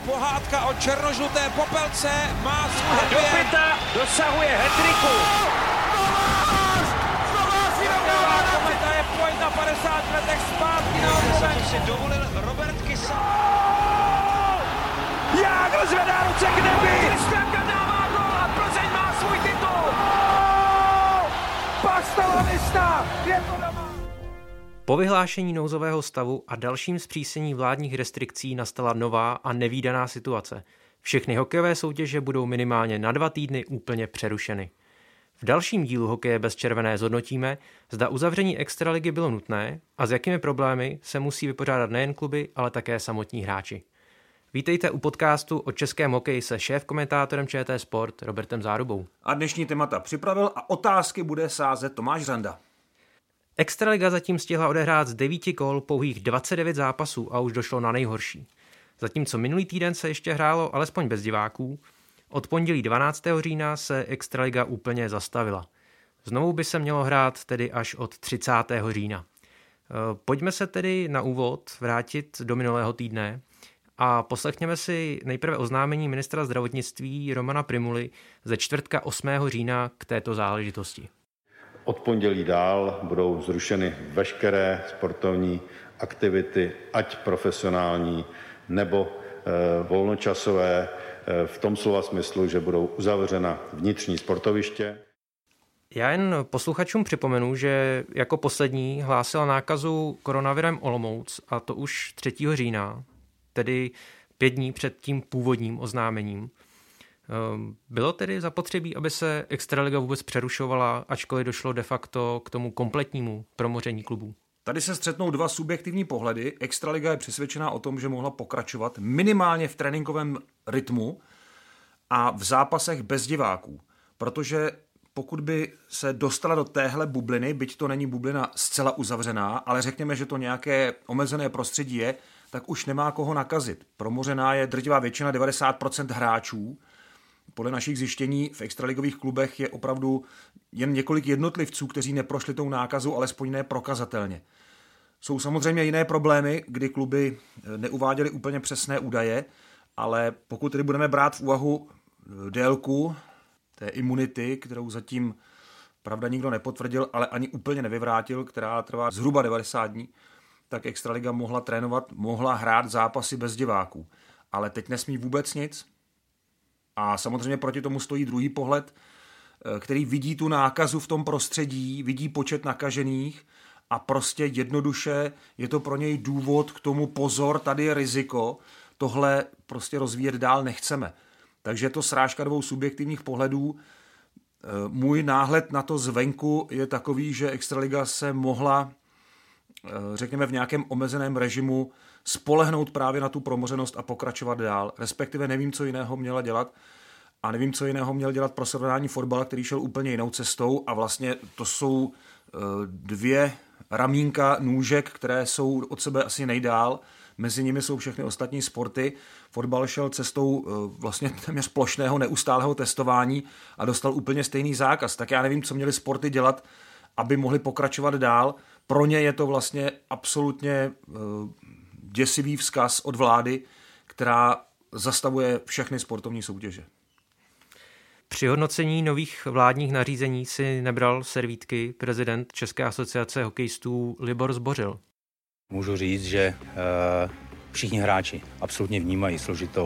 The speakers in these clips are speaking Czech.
pohádka o černožluté popelce má svůj happy end. Dopita dosahuje hat-tricku. Kometa je pojď na 50 letech zpátky na obloven. To si dovolil Robert Kysa. Jágr zvedá ruce k nebi. Kristianka dává gól a Plzeň má svůj titul. Pastalanista je to doma. Po vyhlášení nouzového stavu a dalším zpřísnění vládních restrikcí nastala nová a nevídaná situace. Všechny hokejové soutěže budou minimálně na 2 týdny úplně přerušeny. V dalším dílu Hokeje bez červené zhodnotíme, zda uzavření extraligy bylo nutné a s jakými problémy se musí vypořádat nejen kluby, ale také samotní hráči. Vítejte u podcastu o českém hokeji se šéf-komentátorem ČT Sport Robertem Zárubou. A dnešní témata připravil a otázky bude sázet Tomáš Řanda. Extraliga zatím stihla odehrát z 9 kol pouhých 29 zápasů a už došlo na nejhorší. Zatímco minulý týden se ještě hrálo alespoň bez diváků, od pondělí 12. října se Extraliga úplně zastavila. Znovu by se mělo hrát tedy až od 30. října. Pojďme se tedy na úvod vrátit do minulého týdne a poslechněme si nejprve oznámení ministra zdravotnictví Romana Prymuly ze čtvrtka 8. října k této záležitosti. Od pondělí dál budou zrušeny veškeré sportovní aktivity, ať profesionální nebo volnočasové, v tom slova smyslu, že budou uzavřena vnitřní sportoviště. Já jen posluchačům připomenu, že jako poslední hlásila nákazu koronavirem Olomouc, a to už 3. října, tedy 5 dní před tím původním oznámením. Bylo tedy zapotřebí, aby se Extraliga vůbec přerušovala, ačkoliv došlo de facto k tomu kompletnímu promoření klubů? Tady se střetnou 2 subjektivní pohledy. Extraliga je přesvědčená o tom, že mohla pokračovat minimálně v tréninkovém rytmu a v zápasech bez diváků. Protože pokud by se dostala do téhle bubliny, byť to není bublina zcela uzavřená, ale řekněme, že to nějaké omezené prostředí je, tak už nemá koho nakazit. Promořená je drtivá většina, 90% hráčů. Podle našich zjištění v extraligových klubech je opravdu jen několik jednotlivců, kteří neprošli tou nákazou, alespoň ne prokazatelně. Jsou samozřejmě jiné problémy, kdy kluby neuváděly úplně přesné údaje, ale pokud tedy budeme brát v úvahu délku té imunity, kterou zatím pravda nikdo nepotvrdil, ale ani úplně nevyvrátil, která trvá zhruba 90 dní, tak Extraliga mohla trénovat, mohla hrát zápasy bez diváků. Ale teď nesmí vůbec nic. A samozřejmě proti tomu stojí druhý pohled, který vidí tu nákazu v tom prostředí, vidí počet nakažených a prostě jednoduše je to pro něj důvod k tomu pozor, tady je riziko, tohle prostě rozvíjet dál nechceme. Takže je to srážka 2 subjektivních pohledů. Můj náhled na to zvenku je takový, že Extraliga se mohla, řekněme, v nějakém omezeném režimu spolehnout právě na tu promořenost a pokračovat dál. Respektive nevím, co jiného měla dělat a nevím, co jiného měl dělat pro srovnání fotbala, který šel úplně jinou cestou a vlastně to jsou 2 ramínka nůžek, které jsou od sebe asi nejdál. Mezi nimi jsou všechny ostatní sporty. Fotbal šel cestou vlastně téměř plošného neustálého testování a dostal úplně stejný zákaz. Tak já nevím, co měly sporty dělat, aby mohli pokračovat dál. Pro ně je to vlastně absolutně děsivý vzkaz od vlády, která zastavuje všechny sportovní soutěže. Při hodnocení nových vládních nařízení si nebral servítky prezident České asociace hokejistů Libor Zbořil. Můžu říct, že všichni hráči absolutně vnímají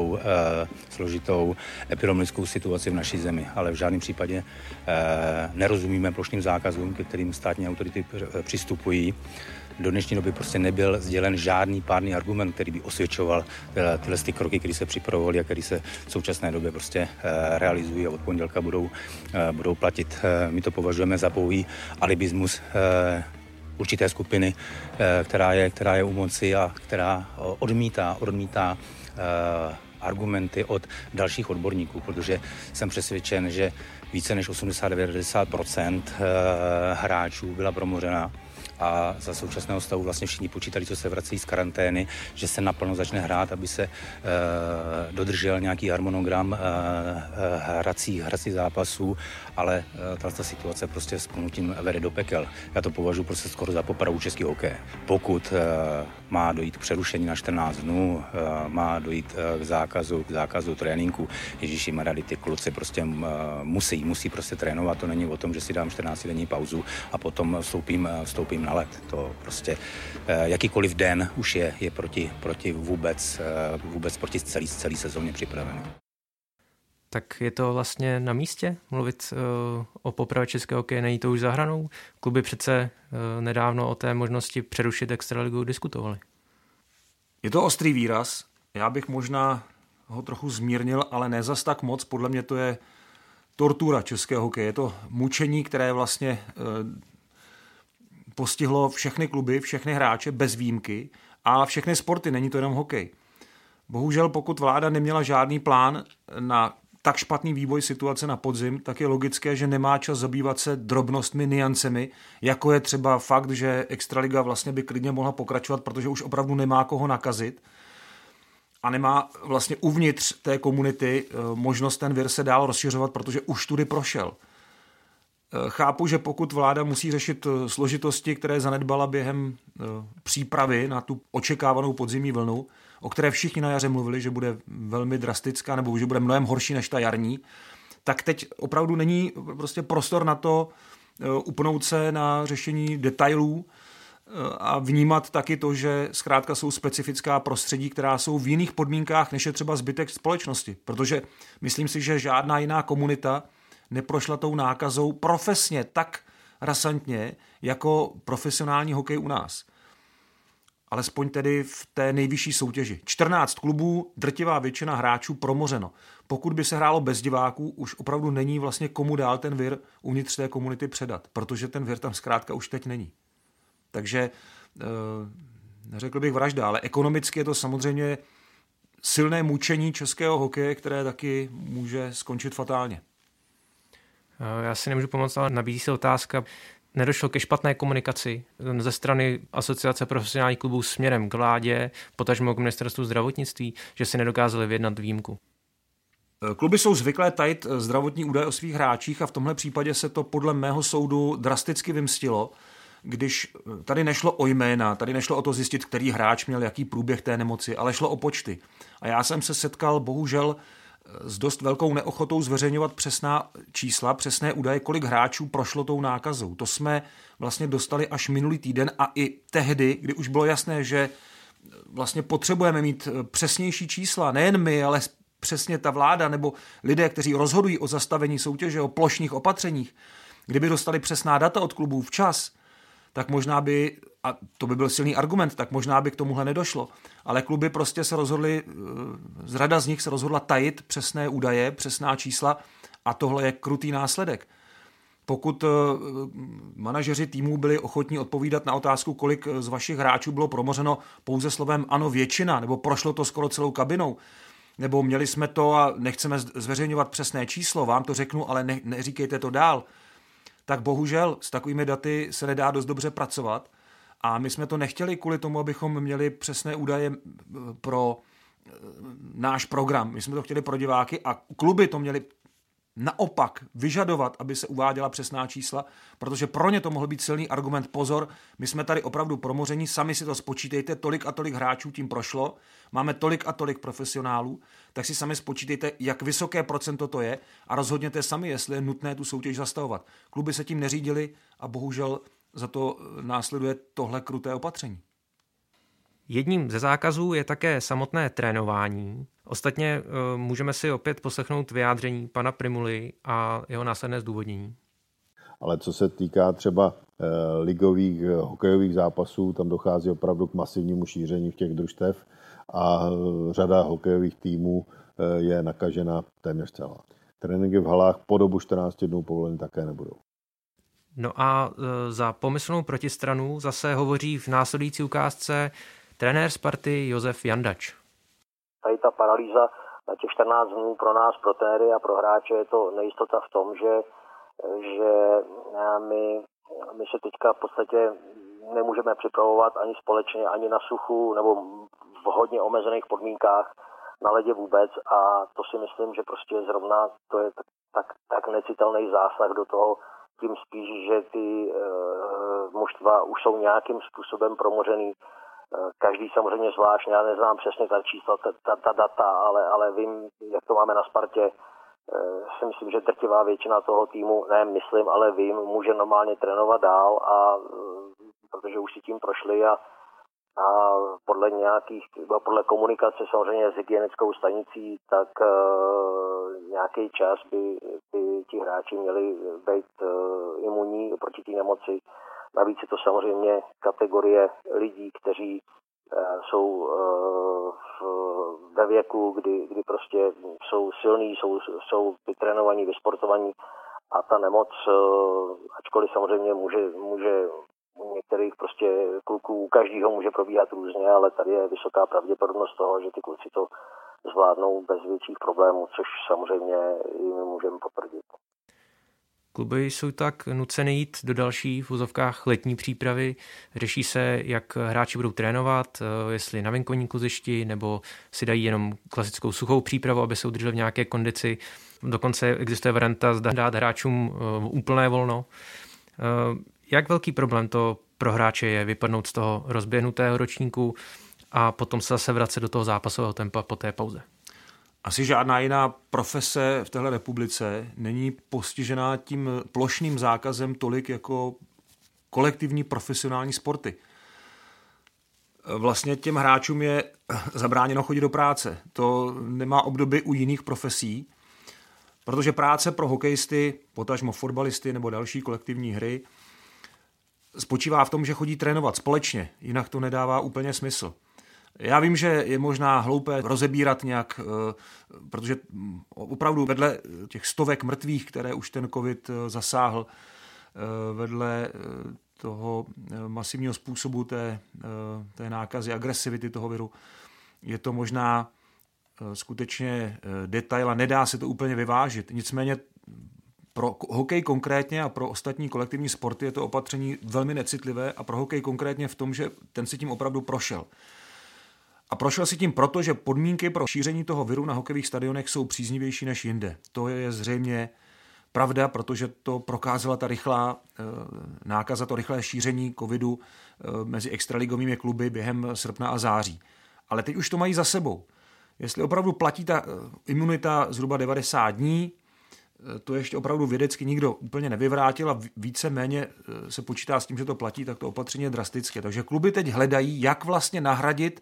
složitou epidemiologickou situaci v naší zemi, ale v žádném případě nerozumíme plošným zákazům, ke kterým státní autority přistupují. Do dnešní doby prostě nebyl sdělen žádný pádný argument, který by osvědčoval tyhle kroky, které se připravovaly a které se v současné době prostě realizují a od pondělka budou platit. My to považujeme za pouhý alibismus určité skupiny, která je u moci a která odmítá argumenty od dalších odborníků, protože jsem přesvědčen, že více než 89% hráčů byla promořena a za současného stavu vlastně všichni počítali, co se vrací z karantény, že se naplno začne hrát, aby se dodržel nějaký harmonogram hrací zápasů, ale ta situace prostě s pnutím vede do pekel. Já to považuji prostě skoro za popravu českého hokeje. Pokud má dojít k přerušení na 14 dnů, má dojít k zákazu tréninku, ježíši Marady, ty kluci prostě musí prostě trénovat, to není o tom, že si dám 14denní pauzu a potom vstoupím na led. To prostě jakýkoliv den už je proti vůbec proti celý sezóně připravený. Tak je to vlastně na místě mluvit o popravě českého hokeje, není to už za hranou? Kluby přece nedávno o té možnosti přerušit extraligu diskutovali. Je to ostrý výraz, já bych možná ho trochu zmírnil, ale ne zas tak moc, podle mě to je tortura českého hokeje, je to mučení, které vlastně postihlo všechny kluby, všechny hráče bez výjimky, ale všechny sporty, není to jenom hokej. Bohužel, pokud vláda neměla žádný plán na tak špatný vývoj situace na podzim, tak je logické, že nemá čas zabývat se drobnostmi, niancemi, jako je třeba fakt, že extraliga vlastně by klidně mohla pokračovat, protože už opravdu nemá koho nakazit a nemá vlastně uvnitř té komunity možnost ten vir se dál rozšiřovat, protože už tudy prošel. Chápu, že pokud vláda musí řešit složitosti, které zanedbala během přípravy na tu očekávanou podzimní vlnu, o které všichni na jaře mluvili, že bude velmi drastická nebo že bude mnohem horší než ta jarní, tak teď opravdu není prostě prostor na to upnout se na řešení detailů a vnímat taky to, že zkrátka jsou specifická prostředí, která jsou v jiných podmínkách, než je třeba zbytek společnosti. Protože myslím si, že žádná jiná komunita neprošla tou nákazou profesně tak rasantně jako profesionální hokej u nás. Alespoň tedy v té nejvyšší soutěži. 14 klubů, drtivá většina hráčů promořeno. Pokud by se hrálo bez diváků, už opravdu není vlastně komu dál ten vir uvnitř té komunity předat, protože ten vir tam zkrátka už teď není. Takže neřekl bych vražda, ale ekonomicky je to samozřejmě silné mučení českého hokeje, které taky může skončit fatálně. Já si nemůžu pomoct, ale nabízí se otázka, nedošlo ke špatné komunikaci ze strany Asociace profesionálních klubů směrem k vládě, potažmo k ministerstvu zdravotnictví, že si nedokázali vyjednat výjimku? Kluby jsou zvyklé tajit zdravotní údaje o svých hráčích a v tomhle případě se to podle mého soudu drasticky vymstilo, když tady nešlo o jména, tady nešlo o to zjistit, který hráč měl jaký průběh té nemoci, ale šlo o počty. A já jsem se setkal bohužel s dost velkou neochotou zveřejňovat přesná čísla, přesné údaje, kolik hráčů prošlo tou nákazou. To jsme vlastně dostali až minulý týden a i tehdy, kdy už bylo jasné, že vlastně potřebujeme mít přesnější čísla, nejen my, ale přesně ta vláda nebo lidé, kteří rozhodují o zastavení soutěže, o plošných opatřeních, kdyby dostali přesná data od klubů včas, tak možná by, a to by byl silný argument, tak možná by k tomuhle nedošlo. Ale kluby prostě se rozhodly, řada z nich se rozhodla tajit přesné údaje, přesná čísla a tohle je krutý následek. Pokud manažeři týmů byli ochotní odpovídat na otázku, kolik z vašich hráčů bylo promořeno pouze slovem ano většina, nebo prošlo to skoro celou kabinou, nebo měli jsme to a nechceme zveřejňovat přesné číslo, vám to řeknu, ale neříkejte to dál, tak bohužel s takovými daty se nedá dost dobře pracovat a my jsme to nechtěli kvůli tomu, abychom měli přesné údaje pro náš program. My jsme to chtěli pro diváky a kluby to měli naopak vyžadovat, aby se uváděla přesná čísla, protože pro ně to mohl být silný argument. Pozor, my jsme tady opravdu promoření, sami si to spočítejte, tolik a tolik hráčů tím prošlo, máme tolik a tolik profesionálů, tak si sami spočítejte, jak vysoké procento to je a rozhodněte sami, jestli je nutné tu soutěž zastavovat. Kluby se tím neřídily a bohužel za to následuje tohle kruté opatření. Jedním ze zákazů je také samotné trénování. Ostatně můžeme si opět poslechnout vyjádření pana Primuly a jeho následné zdůvodnění. Ale co se týká třeba ligových hokejových zápasů, tam dochází opravdu k masivnímu šíření v těch družstev a řada hokejových týmů je nakažena téměř celá. Tréninky v halách po dobu 14 dnů povoleny také nebudou. No a za pomyslnou protistranu zase hovoří v následující ukázce trenér Sparty Josef Jandač. Tady ta paralýza na těch 14 dnů pro nás, pro trenéry a pro hráče je to nejistota v tom, že my se teďka v podstatě nemůžeme připravovat ani společně, ani na suchu, nebo v hodně omezených podmínkách na ledě vůbec, a to si myslím, že prostě zrovna to je tak necitelný zásah do toho, tím spíš, že ty mužstva už jsou nějakým způsobem promořený. Každý samozřejmě zvláštně, já neznám přesně ta čísla, ta data, ale vím, jak to máme na Spartě. Si myslím, že drtivá většina toho týmu, ne myslím, ale vím, může normálně trénovat dál, a protože už si tím prošli a podle komunikace samozřejmě s hygienickou stanicí, tak nějaký čas by ti hráči měli být imunní proti té nemoci. Navíc je to samozřejmě kategorie lidí, kteří jsou ve věku, kdy prostě jsou silní, jsou vytrénovaní, vysportovaní, a ta nemoc, ačkoliv samozřejmě může u některých prostě kluků, u každého může probíhat různě, ale tady je vysoká pravděpodobnost toho, že ty kluci to zvládnou bez větších problémů, což samozřejmě i my můžeme potvrdit. Kluby jsou tak nuceny jít do další v uvozovkách letní přípravy. Řeší se, jak hráči budou trénovat, jestli na venkovním kluzišti, nebo si dají jenom klasickou suchou přípravu, aby se udrželi v nějaké kondici. Dokonce existuje varianta dát hráčům úplné volno. Jak velký problém to pro hráče je vypadnout z toho rozběhnutého ročníku a potom se zase vracet do toho zápasového tempa po té pauze? Asi žádná jiná profese v téhle republice není postižená tím plošným zákazem tolik jako kolektivní profesionální sporty. Vlastně těm hráčům je zabráněno chodit do práce. To nemá obdoby u jiných profesí, protože práce pro hokejisty, potažmo fotbalisty nebo další kolektivní hry spočívá v tom, že chodí trénovat společně, jinak to nedává úplně smysl. Já vím, že je možná hloupé rozebírat nějak, protože opravdu vedle těch stovek mrtvých, které už ten covid zasáhl, vedle toho masivního způsobu té nákazy, agresivity toho viru, je to možná skutečně detail a nedá se to úplně vyvážit. Nicméně pro hokej konkrétně a pro ostatní kolektivní sporty je to opatření velmi necitlivé, a pro hokej konkrétně v tom, že ten si tím opravdu prošel. A prošel si tím proto, že podmínky pro šíření toho viru na hokejových stadionech jsou příznivější než jinde. To je zřejmě pravda, protože to prokázala ta rychlá nákaza, to rychlé šíření covidu mezi extraligovými kluby během srpna a září. Ale teď už to mají za sebou. Jestli opravdu platí ta imunita zhruba 90 dní, to ještě opravdu vědecky nikdo úplně nevyvrátil a víceméně se počítá s tím, že to platí, tak to opatření je drastické. Takže kluby teď hledají, jak vlastně nahradit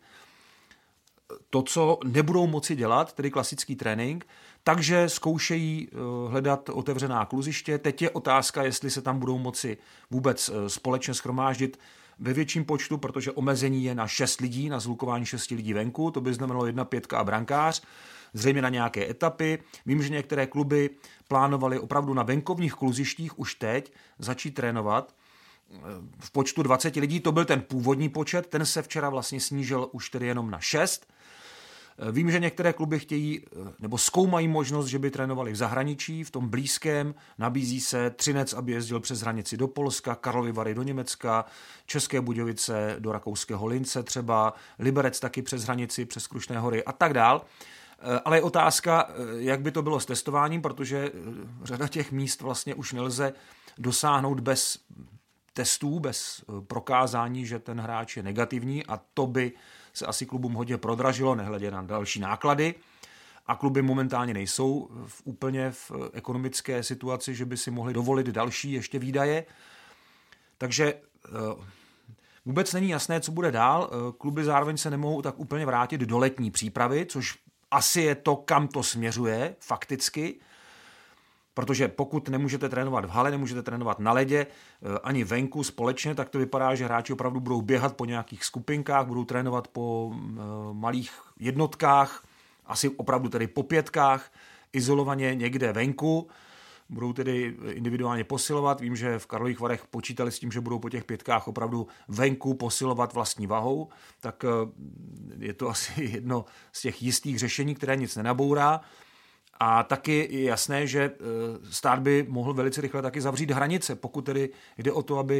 to, co nebudou moci dělat, tedy klasický trénink, takže zkoušejí hledat otevřená kluziště. Teď je otázka, jestli se tam budou moci vůbec společně shromáždit ve větším počtu, protože omezení je na 6 lidí, na zhlukování 6 lidí venku, to by znamenalo 1 pětka a brankář, zřejmě na nějaké etapy. Vím, že některé kluby plánovaly opravdu na venkovních kluzištích už teď začít trénovat v počtu 20 lidí, to byl ten původní počet, ten se včera vlastně snížil už tedy jenom na 6. Vím, že některé kluby chtějí nebo zkoumají možnost, že by trénovali v zahraničí, v tom blízkém. Nabízí se Třinec, aby jezdil přes hranici do Polska, Karlovy Vary do Německa, České Budějovice do rakouského Lince třeba, Liberec taky přes hranici, přes Krušné hory a tak dál. Ale je otázka, jak by to bylo s testováním, protože řada těch míst vlastně už nelze dosáhnout bez testů, bez prokázání, že ten hráč je negativní, a to by se asi klubům hodně prodražilo, nehledě na další náklady. A kluby momentálně nejsou úplně v ekonomické situaci, že by si mohli dovolit další ještě výdaje. Takže vůbec není jasné, co bude dál. Kluby zároveň se nemohou tak úplně vrátit do letní přípravy, což asi je to, kam to směřuje fakticky. Protože pokud nemůžete trénovat v hale, nemůžete trénovat na ledě, ani venku společně, tak to vypadá, že hráči opravdu budou běhat po nějakých skupinkách, budou trénovat po malých jednotkách, asi opravdu tedy po pětkách, izolovaně někde venku, budou tedy individuálně posilovat. Vím, že v Karlových Varech počítali s tím, že budou po těch pětkách opravdu venku posilovat vlastní vahou, tak je to asi jedno z těch jistých řešení, které nic nenabourá. A taky je jasné, že stát by mohl velice rychle taky zavřít hranice, pokud tedy jde o to, aby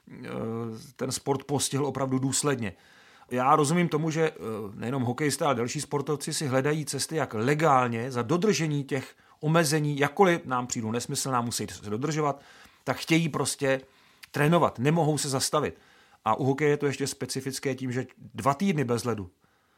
ten sport postihl opravdu důsledně. Já rozumím tomu, že nejenom hokejisté, ale další sportovci si hledají cesty, jak legálně za dodržení těch omezení, jakkoliv nám přijdou nesmyslná, musí se dodržovat, tak chtějí prostě trénovat, nemohou se zastavit. A u hokeje je to ještě specifické tím, že 2 týdny bez ledu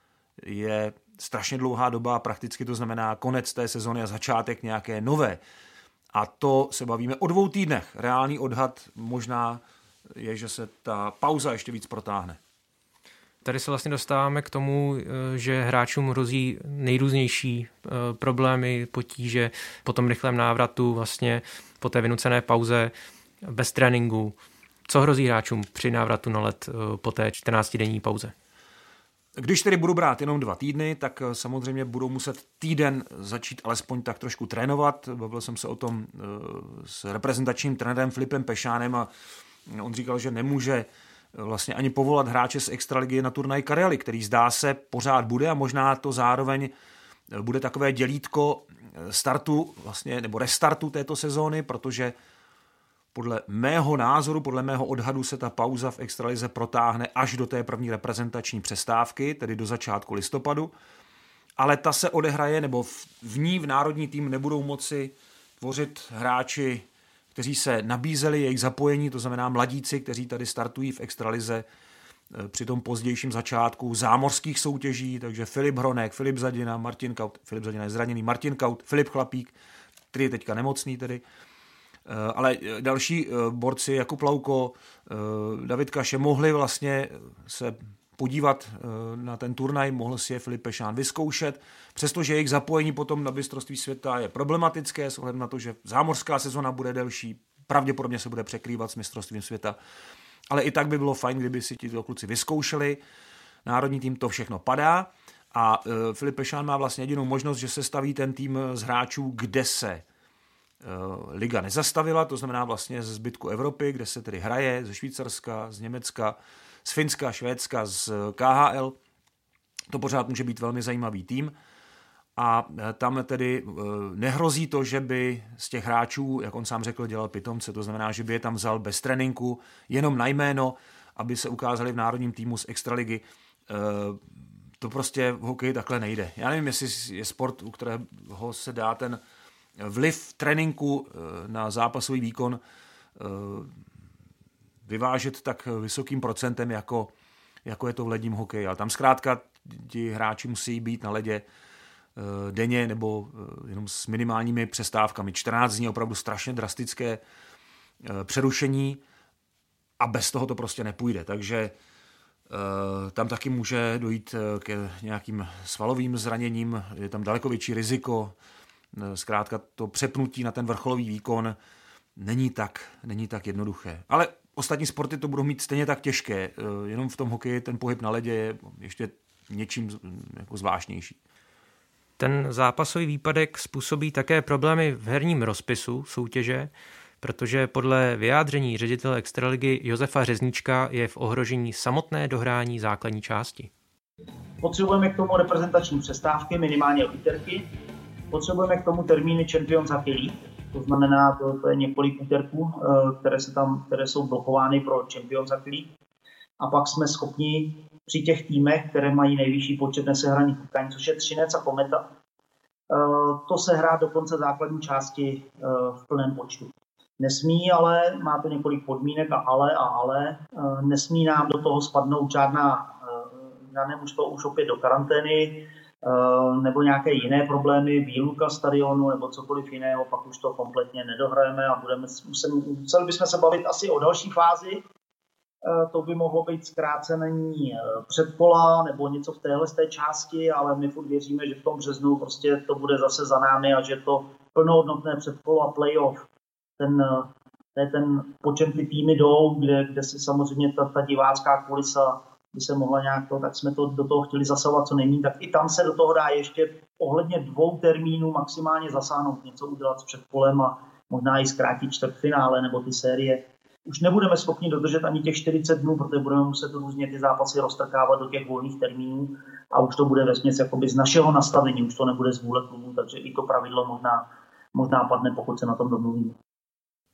je strašně dlouhá doba, prakticky to znamená konec té sezony a začátek nějaké nové. A to se bavíme o 2 týdnech. Reálný odhad možná je, že se ta pauza ještě víc protáhne. Tady se vlastně dostáváme k tomu, že hráčům hrozí nejrůznější problémy, potíže po tom rychlém návratu, vlastně po té vynucené pauze, bez tréninku. Co hrozí hráčům při návratu na led po té 14denní pauze? Když tedy budu brát jenom 2 týdny, tak samozřejmě budou muset týden začít alespoň tak trošku trénovat. Bavil jsem se o tom s reprezentačním trenérem Filipem Pešánem a on říkal, že nemůže vlastně ani povolat hráče z extraligy na turnaj Karely, který zdá se pořád bude a možná to zároveň bude takové dělítko startu vlastně, nebo restartu této sezóny, protože podle mého názoru, podle mého odhadu se ta pauza v extralize protáhne až do té první reprezentační přestávky, tedy do začátku listopadu, ale ta se odehraje, nebo v ní v národní tým nebudou moci tvořit hráči, kteří se nabízeli jejich zapojení, to znamená mladíci, kteří tady startují v extralize při tom pozdějším začátku zámořských soutěží, takže Filip Hronek, Filip Zadina, Martin Kaut, Filip Zadina je zraněný, Martin Kaut, Filip Chlapík, který je teďka nemocný tedy, ale další borci, Jakub Lauko, David Kaše, mohli vlastně se podívat na ten turnaj, mohl si je Filip Pešán vyzkoušet, přestože jejich zapojení potom na mistrovství světa je problematické, s ohledem na to, že zámořská sezona bude delší, pravděpodobně se bude překrývat s mistrovstvím světa, ale i tak by bylo fajn, kdyby si ti kluci vyzkoušeli. Národní tým to všechno padá a Filip Pešán má vlastně jedinou možnost, že se staví ten tým z hráčů, kde se liga nezastavila, to znamená vlastně ze zbytku Evropy, kde se tedy hraje, ze Švýcarska, z Německa, z Finska, Švédska, z KHL. To pořád může být velmi zajímavý tým a tam tedy nehrozí to, že by z těch hráčů, jak on sám řekl, dělal pitomce, to znamená, že by je tam vzal bez tréninku, jenom na jméno, aby se ukázali v národním týmu z extraligy. To prostě v hokeji takhle nejde. Já nevím, jestli je sport, u kterého se dá ten vliv tréninku na zápasový výkon vyvážet tak vysokým procentem, jako je to v ledním hokeji. Ale tam zkrátka ti hráči musí být na ledě denně nebo jenom s minimálními přestávkami. 14 dní opravdu strašně drastické přerušení a bez toho to prostě nepůjde. Takže tam taky může dojít k nějakým svalovým zraněním, je tam daleko větší riziko. Zkrátka to přepnutí na ten vrcholový výkon není tak jednoduché. Ale ostatní sporty to budou mít stejně tak těžké. Jenom v tom hokeji ten pohyb na ledě je ještě něčím jako zvláštnější. Ten zápasový výpadek způsobí také problémy v herním rozpisu soutěže, protože podle vyjádření ředitele extraligy Josefa Řezníčka je v ohrožení samotné dohrání základní části. Potřebujeme k tomu reprezentační přestávky, minimálně úterky. Potřebujeme k tomu termíny Champions League, to znamená, to je několik úterků, které jsou blokovány pro Champions League. A pak jsme schopni při těch týmech, které mají nejvyšší počet nesehraných utkání, což je Třinec a Kometa, to se hrát do konce základní části v plném počtu. Nesmí, ale má to několik podmínek ale nesmí nám do toho spadnout žádné mužstvo už opět do karantény, nebo nějaké jiné problémy, výluka stadionu nebo cokoliv jiného, pak už to kompletně nedohrajeme a museli bychom se bavit asi o další fázi. To by mohlo být zkrácení předkola nebo něco v téhle části, ale my furt věříme, že v tom březnu prostě to bude zase za námi a že to plnohodnotné předkolo a playoff, ten po čem ty týmy jdou, kde si samozřejmě ta divácká kulisa by se mohla nějak tak jsme to do toho chtěli zasahovat co nejméně, tak i tam se do toho dá ještě ohledně 2 termínů maximálně zasáhnout, něco udělat s předkolem a možná i zkrátit čtvrtfinále nebo ty série. Už nebudeme schopni dodržet ani těch 40 dnů, protože budeme muset různě ty zápasy roztrkávat do těch volných termínů a už to bude vesměs jakoby z našeho nastavení, už to nebude z vůle klubu, takže i to pravidlo možná padne, pokud se na tom domluvíme.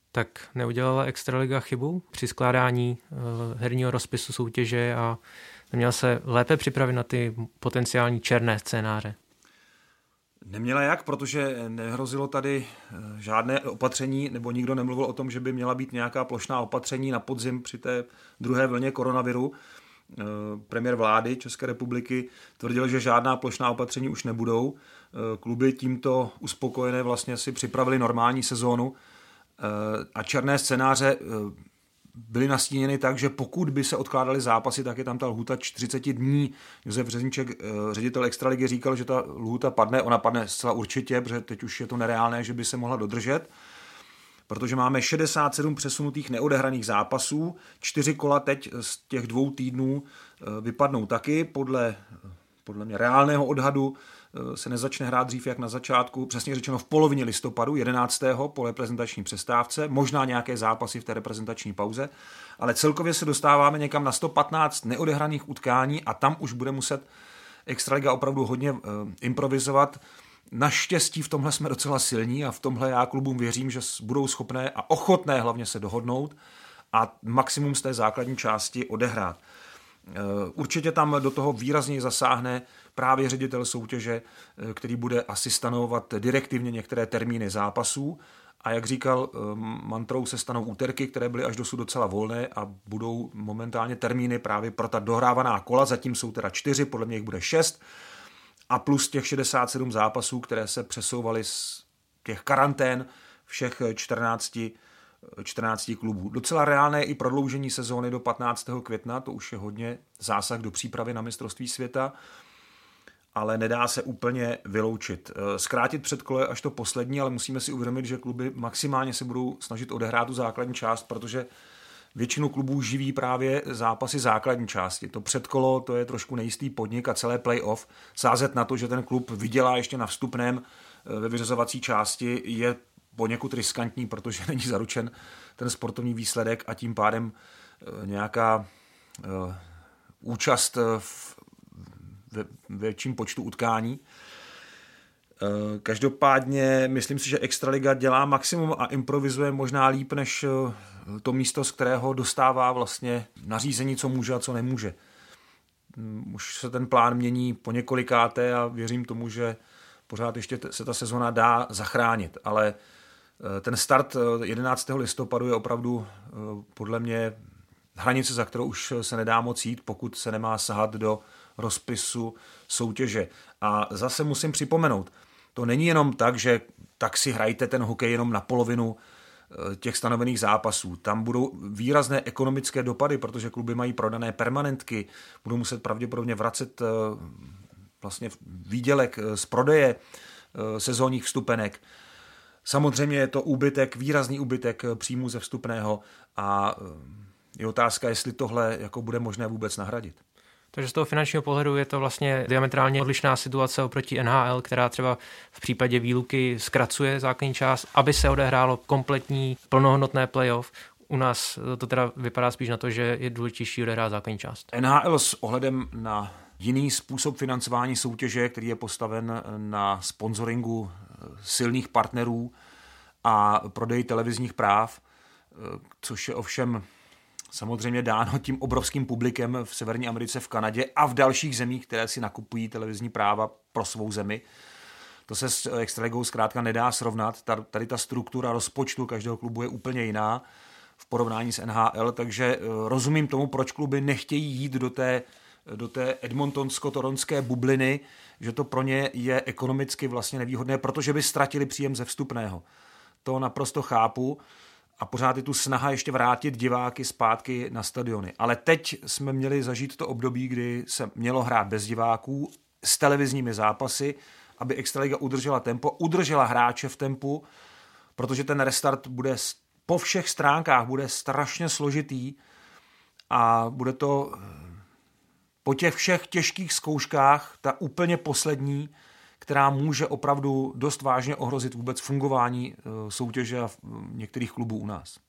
Tak neudělala Extraliga chybu při skládání herního rozpisu soutěže a neměla se lépe připravit na ty potenciální černé scénáře? Neměla jak, protože nehrozilo tady žádné opatření, nebo nikdo nemluvil o tom, že by měla být nějaká plošná opatření na podzim při té druhé vlně koronaviru. Premiér vlády České republiky tvrdil, že žádná plošná opatření už nebudou. Kluby tímto uspokojené vlastně si připravili normální sezónu a černé scénáře byly nastíněny tak, že pokud by se odkládaly zápasy, tak je tam ta lhůta 40 dní. Josef Řezníček, ředitel Extraligy, říkal, že ta lhůta padne. Ona padne zcela určitě, protože teď už je to nereálné, že by se mohla dodržet. Protože máme 67 přesunutých neodehraných zápasů. 4 kola teď z těch 2 týdnů vypadnou taky. Podle mě reálného odhadu se nezačne hrát dřív jak na začátku, přesně řečeno v polovině listopadu, 11. po reprezentační přestávce, možná nějaké zápasy v té reprezentační pauze, ale celkově se dostáváme někam na 115 neodehraných utkání a tam už bude muset Extraliga opravdu hodně improvizovat. Naštěstí v tomhle jsme docela silní a v tomhle já klubům věřím, že budou schopné a ochotné hlavně se dohodnout a maximum z té základní části odehrát. Určitě tam do toho výrazně zasáhne právě ředitel soutěže, který bude asi stanovovat direktivně některé termíny zápasů a jak říkal, mantrou se stanou úterky, které byly až dosud docela volné a budou momentálně termíny právě pro ta dohrávaná kola, zatím jsou teda 4, podle mě jich bude 6 a plus těch 67 zápasů, které se přesouvaly z těch karantén všech 14 klubů. Docela reálné i prodloužení sezóny do 15. května, to už je hodně zásah do přípravy na mistrovství světa, ale nedá se úplně vyloučit. Zkrátit předkolo je až to poslední, ale musíme si uvědomit, že kluby maximálně se budou snažit odehrát tu základní část, protože většinu klubů živí právě zápasy základní části. To předkolo, to je trošku nejistý podnik a celé playoff. Sázet na to, že ten klub vydělá ještě na vstupném ve vyřazovací části, je poněkud riskantní, protože není zaručen ten sportovní výsledek a tím pádem nějaká účast ve větším počtu utkání. Každopádně myslím si, že Extraliga dělá maximum a improvizuje možná líp než to místo, z kterého dostává vlastně nařízení, co může a co nemůže. Už se ten plán mění po několikáté a věřím tomu, že pořád ještě se ta sezona dá zachránit, ale ten start 11. listopadu je opravdu podle mě hranice, za kterou už se nedá moc jít, pokud se nemá sahat do rozpisu soutěže. A zase musím připomenout, to není jenom tak, že tak si hrajte ten hokej jenom na polovinu těch stanovených zápasů. Tam budou výrazné ekonomické dopady, protože kluby mají prodané permanentky, budou muset pravděpodobně vracet vlastně výdělek z prodeje sezónních vstupenek. Samozřejmě je to výrazný úbytek příjmů ze vstupného a je otázka, jestli tohle jako bude možné vůbec nahradit. Takže z toho finančního pohledu je to vlastně diametrálně odlišná situace oproti NHL, která třeba v případě výluky zkracuje základní část, aby se odehrálo kompletní plnohodnotné playoff. U nás to teda vypadá spíš na to, že je důležitější odehrát základní část. NHL s ohledem na jiný způsob financování soutěže, který je postaven na sponzoringu silných partnerů a prodeji televizních práv, což je ovšem samozřejmě dáno tím obrovským publikem v Severní Americe, v Kanadě a v dalších zemích, které si nakupují televizní práva pro svou zemi. To se s Extraligou zkrátka nedá srovnat. Tady ta struktura rozpočtu každého klubu je úplně jiná v porovnání s NHL, takže rozumím tomu, proč kluby nechtějí jít do té edmontonsko-toronské bubliny, že to pro ně je ekonomicky vlastně nevýhodné, protože by ztratili příjem ze vstupného. To naprosto chápu a pořád je tu snaha ještě vrátit diváky zpátky na stadiony. Ale teď jsme měli zažít to období, kdy se mělo hrát bez diváků s televizními zápasy, aby Extraliga udržela tempo, udržela hráče v tempu, protože ten restart bude po všech stránkách bude strašně složitý a bude to po těch všech těžkých zkouškách ta úplně poslední, která může opravdu dost vážně ohrozit vůbec fungování soutěže a některých klubů u nás.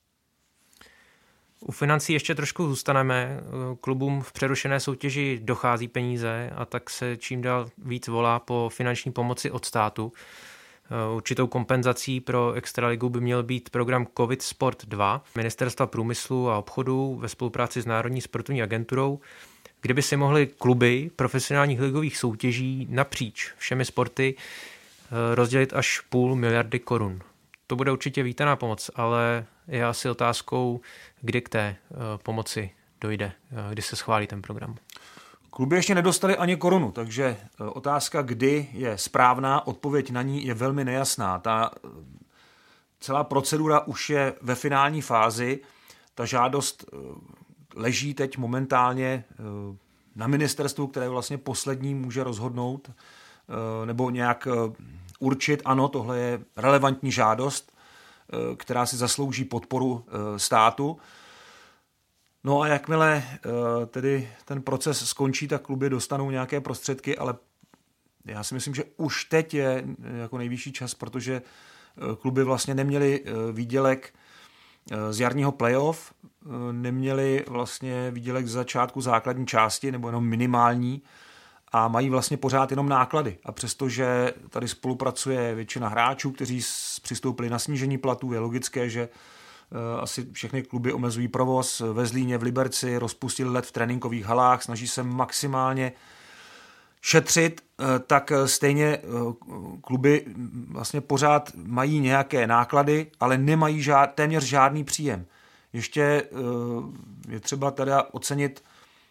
U financí ještě trošku zůstaneme. Klubům v přerušené soutěži dochází peníze a tak se čím dál víc volá po finanční pomoci od státu. Určitou kompenzací pro extraligu by měl být program COVID Sport 2 Ministerstva průmyslu a obchodu ve spolupráci s Národní sportovní agenturou, kde by si mohly kluby profesionálních ligových soutěží napříč všemi sporty rozdělit až 500 miliardy korun. To bude určitě vítaná pomoc, ale je asi otázkou, kdy k té pomoci dojde, kdy se schválí ten program. Kluby ještě nedostali ani korunu, takže otázka, kdy je správná, odpověď na ní je velmi nejasná. Ta celá procedura už je ve finální fázi, ta žádost leží teď momentálně na ministerstvu, které vlastně poslední může rozhodnout nebo nějak určit, ano, tohle je relevantní žádost, která si zaslouží podporu státu. No a jakmile tedy ten proces skončí, tak kluby dostanou nějaké prostředky, ale já si myslím, že už teď je jako nejvyšší čas, protože kluby vlastně neměly výdělek z jarního playoff, neměli vlastně výdělek z začátku základní části, nebo jenom minimální, a mají vlastně pořád jenom náklady. A přestože tady spolupracuje většina hráčů, kteří přistoupili na snížení platů, je logické, že asi všechny kluby omezují provoz. Ve Zlíně, v Liberci rozpustili led v tréninkových halách, snaží se maximálně šetřit, tak stejně kluby vlastně pořád mají nějaké náklady, ale nemají téměř žádný příjem. Ještě je třeba teda ocenit,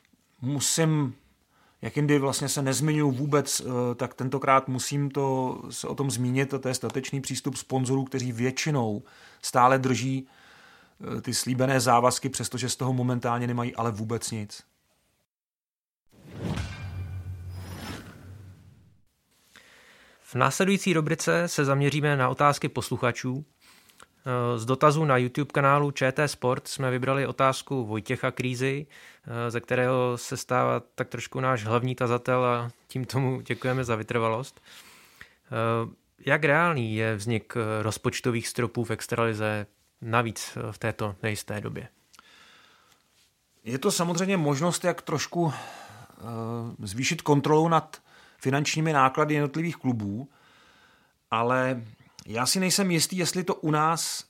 jak jindy vlastně se nezmiňuji vůbec, tak tentokrát musím se o tom zmínit, a to je statečný přístup sponzorů, kteří většinou stále drží ty slíbené závazky, přestože z toho momentálně nemají ale vůbec nic. V následující rubrice se zaměříme na otázky posluchačů. Z dotazů na YouTube kanálu ČT Sport jsme vybrali otázku Vojtěcha Krýzy, ze kterého se stává tak trošku náš hlavní tazatel a tím tomu děkujeme za vytrvalost. Jak reálný je vznik rozpočtových stropů v extralize, navíc v této nejisté době? Je to samozřejmě možnost, jak trošku zvýšit kontrolu nad finančními náklady jednotlivých klubů, ale já si nejsem jistý, jestli to u nás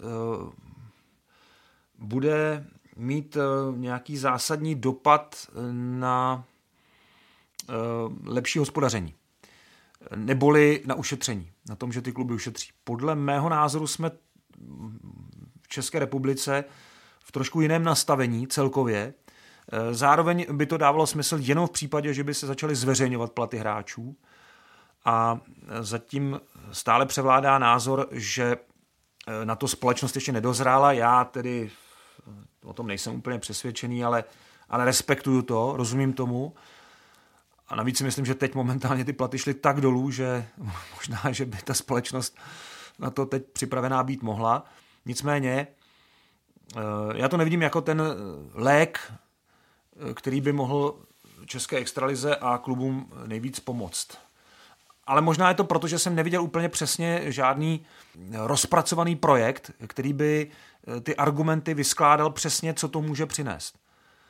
bude mít nějaký zásadní dopad na lepší hospodaření. Neboli na ušetření, na tom, že ty kluby ušetří. Podle mého názoru jsme v České republice v trošku jiném nastavení celkově. Zároveň by to dávalo smysl jenom v případě, že by se začaly zveřejňovat platy hráčů. A zatím stále převládá názor, že na to společnost ještě nedozrála. Já tedy o tom nejsem úplně přesvědčený, ale respektuju to, rozumím tomu. A navíc si myslím, že teď momentálně ty platy šly tak dolů, že možná, že by ta společnost na to teď připravená být mohla. Nicméně já to nevidím jako ten lék, který by mohl české extralize a klubům nejvíc pomoct. Ale možná je to proto, že jsem neviděl úplně přesně žádný rozpracovaný projekt, který by ty argumenty vyskládal přesně, co to může přinést.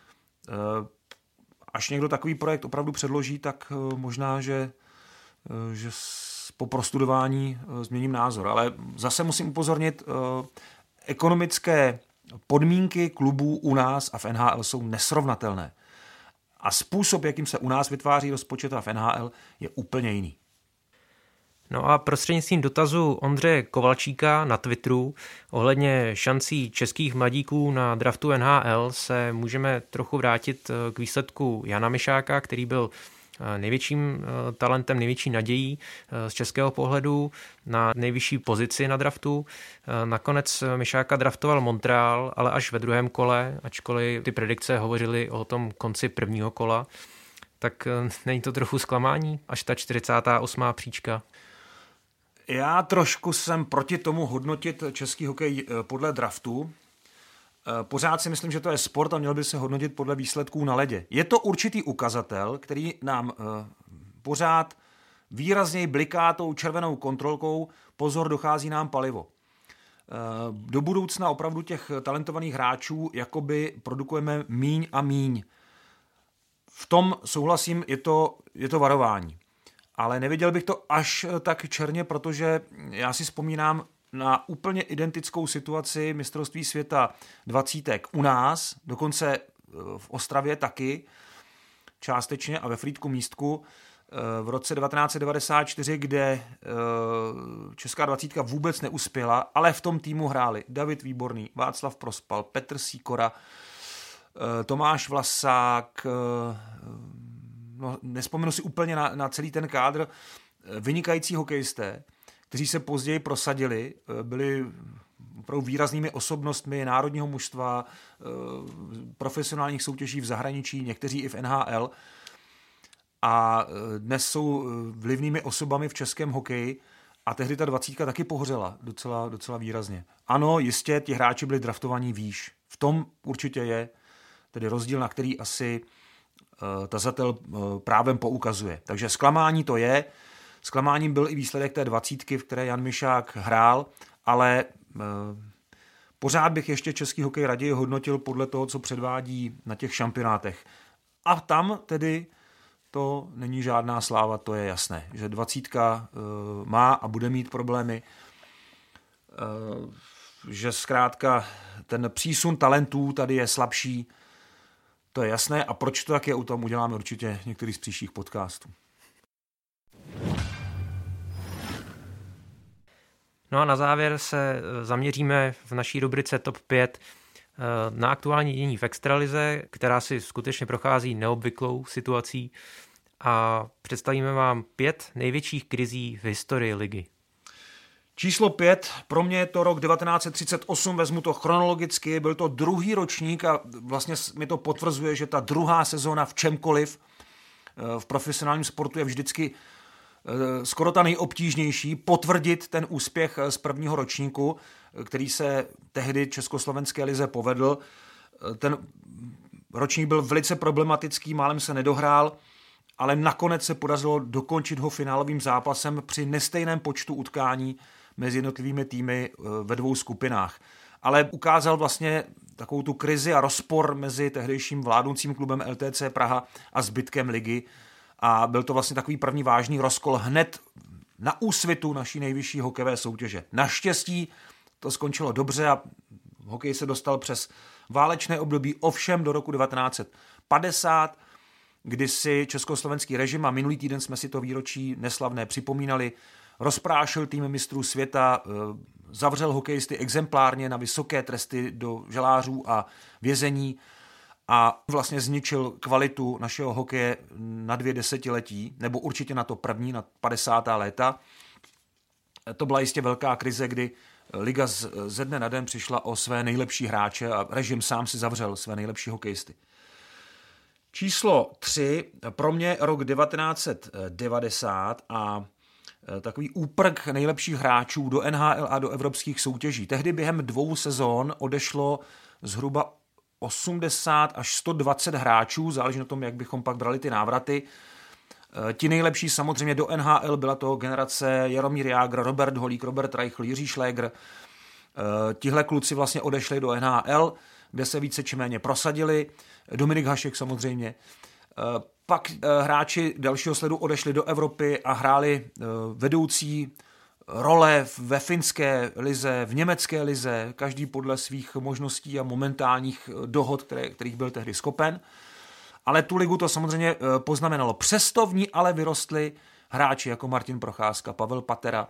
Až někdo takový projekt opravdu předloží, tak možná, že po prostudování změním názor. Ale zase musím upozornit, ekonomické podmínky klubů u nás a v NHL jsou nesrovnatelné. A způsob, jakým se u nás vytváří rozpočet a v NHL, je úplně jiný. No a prostřednictvím dotazu Ondřeje Kovalčíka na Twitteru ohledně šancí českých mladíků na draftu NHL se můžeme trochu vrátit k výsledku Jana Mišáka, který byl největším talentem, největší nadějí z českého pohledu na nejvyšší pozici na draftu. Nakonec Mišáka draftoval Montreal, ale až ve druhém kole, ačkoliv ty predikce hovořily o tom konci prvního kola. Tak není to trochu zklamání, až ta 48. příčka? Já trošku jsem proti tomu hodnotit český hokej podle draftu. Pořád si myslím, že to je sport a měl by se hodnotit podle výsledků na ledě. Je to určitý ukazatel, který nám pořád výrazněji bliká tou červenou kontrolkou. Pozor, dochází nám palivo. Do budoucna opravdu těch talentovaných hráčů jakoby produkujeme míň a míň. V tom souhlasím, je to varování. ale neviděl bych to až tak černě, protože já si vzpomínám na úplně identickou situaci mistrovství světa 20 u nás, dokonce v Ostravě taky, částečně a ve Frýdku Místku v roce 1994, kde česká 20 vůbec neuspěla, ale v tom týmu hráli David Výborný, Václav Prospal, Petr Sýkora, Tomáš Vlasák, no, nespomenu si úplně na celý ten kádr, vynikající hokejisté, kteří se později prosadili, byli opravdu výraznými osobnostmi národního mužstva, profesionálních soutěží v zahraničí, někteří i v NHL. A dnes jsou vlivnými osobami v českém hokeji a tehdy ta 20 taky pohořela docela výrazně. Ano, jistě, ti hráči byli draftovaní výš. V tom určitě je tedy rozdíl, na který asi tazatel právem poukazuje. Takže zklamání to je. Zklamáním byl i výsledek té 20, v které Jan Mišák hrál, ale pořád bych ještě český hokej raději hodnotil podle toho, co předvádí na těch šampionátech. A tam tedy to není žádná sláva, to je jasné, že 20 má a bude mít problémy, že zkrátka ten přísun talentů tady je slabší, to je jasné a proč to tak je, o tom uděláme určitě některý z příštích podcastů. No a na závěr se zaměříme v naší rubrice TOP 5 na aktuální dění v extralize, která si skutečně prochází neobvyklou situací a představíme vám 5 největších krizí v historii ligy. Číslo 5, pro mě je to rok 1938, vezmu to chronologicky, byl to druhý ročník a vlastně mi to potvrzuje, že ta druhá sezóna v čemkoliv v profesionálním sportu je vždycky skoro ta nejobtížnější, potvrdit ten úspěch z prvního ročníku, který se tehdy československé lize povedl. Ten ročník byl velice problematický, málem se nedohrál, ale nakonec se podařilo dokončit ho finálovým zápasem při nestejném počtu utkání mezi jednotlivými týmy ve 2 skupinách. Ale ukázal vlastně takovou tu krizi a rozpor mezi tehdejším vládnoucím klubem LTC Praha a zbytkem ligy. A byl to vlastně takový první vážný rozkol hned na úsvitu naší nejvyšší hokejové soutěže. Naštěstí to skončilo dobře a hokej se dostal přes válečné období, ovšem do roku 1950, kdy si československý režim, a minulý týden jsme si to výročí neslavné připomínali, rozprášil tým mistrů světa, zavřel hokejisty exemplárně na vysoké tresty do žalářů a vězení a vlastně zničil kvalitu našeho hokeje na 2 desetiletí, nebo určitě na to první, na 50. léta. To byla jistě velká krize, kdy liga ze dne na den přišla o své nejlepší hráče a režim sám si zavřel své nejlepší hokejisty. Číslo 3, pro mě rok 1990 a takový úprk nejlepších hráčů do NHL a do evropských soutěží. Tehdy během 2 sezón odešlo zhruba 80 až 120 hráčů, záleží na tom, jak bychom pak brali ty návraty. Ti nejlepší samozřejmě do NHL, byla to generace Jaromír Jágr, Robert Holík, Robert Reichl, Jiří Šlégr. Tihle kluci vlastně odešli do NHL, kde se více či méně prosadili. Dominik Hašek samozřejmě. Pak hráči dalšího sledu odešli do Evropy a hráli vedoucí role ve finské lize, v německé lize, každý podle svých možností a momentálních dohod, kterých byl tehdy schopen. Ale tu ligu to samozřejmě poznamenalo. Přesto v ní ale vyrostli hráči jako Martin Procházka, Pavel Patera,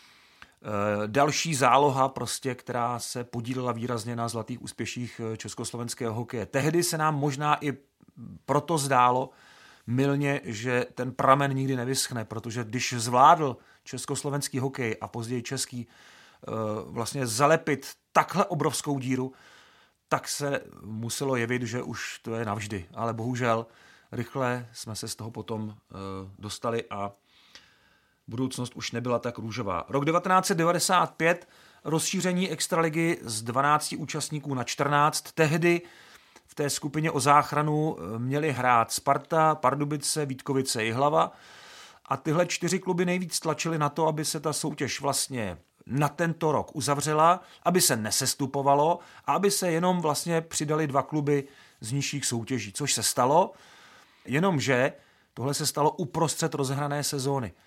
další záloha, prostě, která se podílela výrazně na zlatých úspěších československého hokeje. Tehdy se nám možná i proto zdálo mylně, že ten pramen nikdy nevyschne, protože když zvládl československý hokej a později český vlastně zalepit takhle obrovskou díru, tak se muselo jevit, že už to je navždy. Ale bohužel rychle jsme se z toho potom dostali a budoucnost už nebyla tak růžová. Rok 1995, rozšíření extraligy z 12 účastníků na 14. Tehdy v té skupině o záchranu měli hrát Sparta, Pardubice, Vítkovice, Jihlava a tyhle 4 kluby nejvíc tlačily na to, aby se ta soutěž vlastně na tento rok uzavřela, aby se nesestupovalo a aby se jenom vlastně přidali 2 kluby z nižších soutěží, což se stalo, jenomže tohle se stalo uprostřed rozehrané sezóny.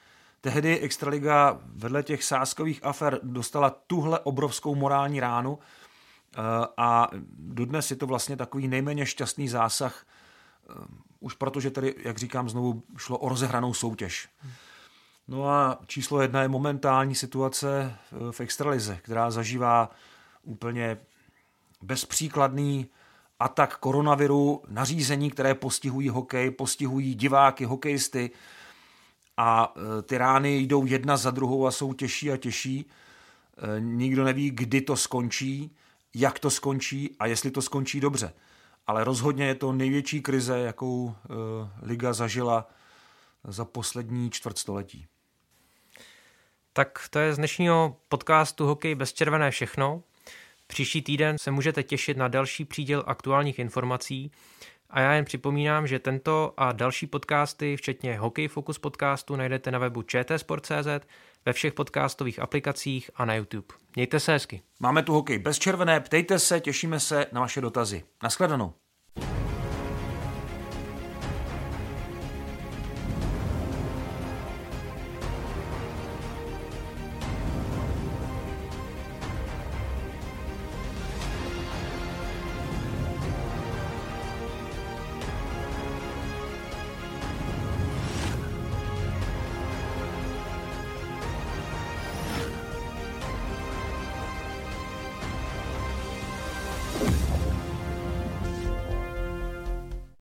tehdy extraliga vedle těch sázkových afer dostala tuhle obrovskou morální ránu a dodnes je to vlastně takový nejméně šťastný zásah, už protože tady, jak říkám, znovu šlo o rozehranou soutěž. No a číslo 1 je momentální situace v extralize, která zažívá úplně bezpříkladný atak koronaviru, nařízení, které postihují hokej, postihují diváky, hokejisty a ty rány jdou jedna za druhou a jsou těžší a těžší. Nikdo neví, kdy to skončí, jak to skončí a jestli to skončí dobře. Ale rozhodně je to největší krize, jakou liga zažila za poslední čtvrtstoletí. Tak to je z dnešního podcastu Hokej bez červené všechno. Příští týden se můžete těšit na další příděl aktuálních informací a já jen připomínám, že tento a další podcasty, včetně Hokej Focus podcastu, najdete na webu čtsport.cz, ve všech podcastových aplikacích a na YouTube. Mějte se hezky. Máme tu Hokej bez červené, ptejte se, těšíme se na vaše dotazy. Naschledanou.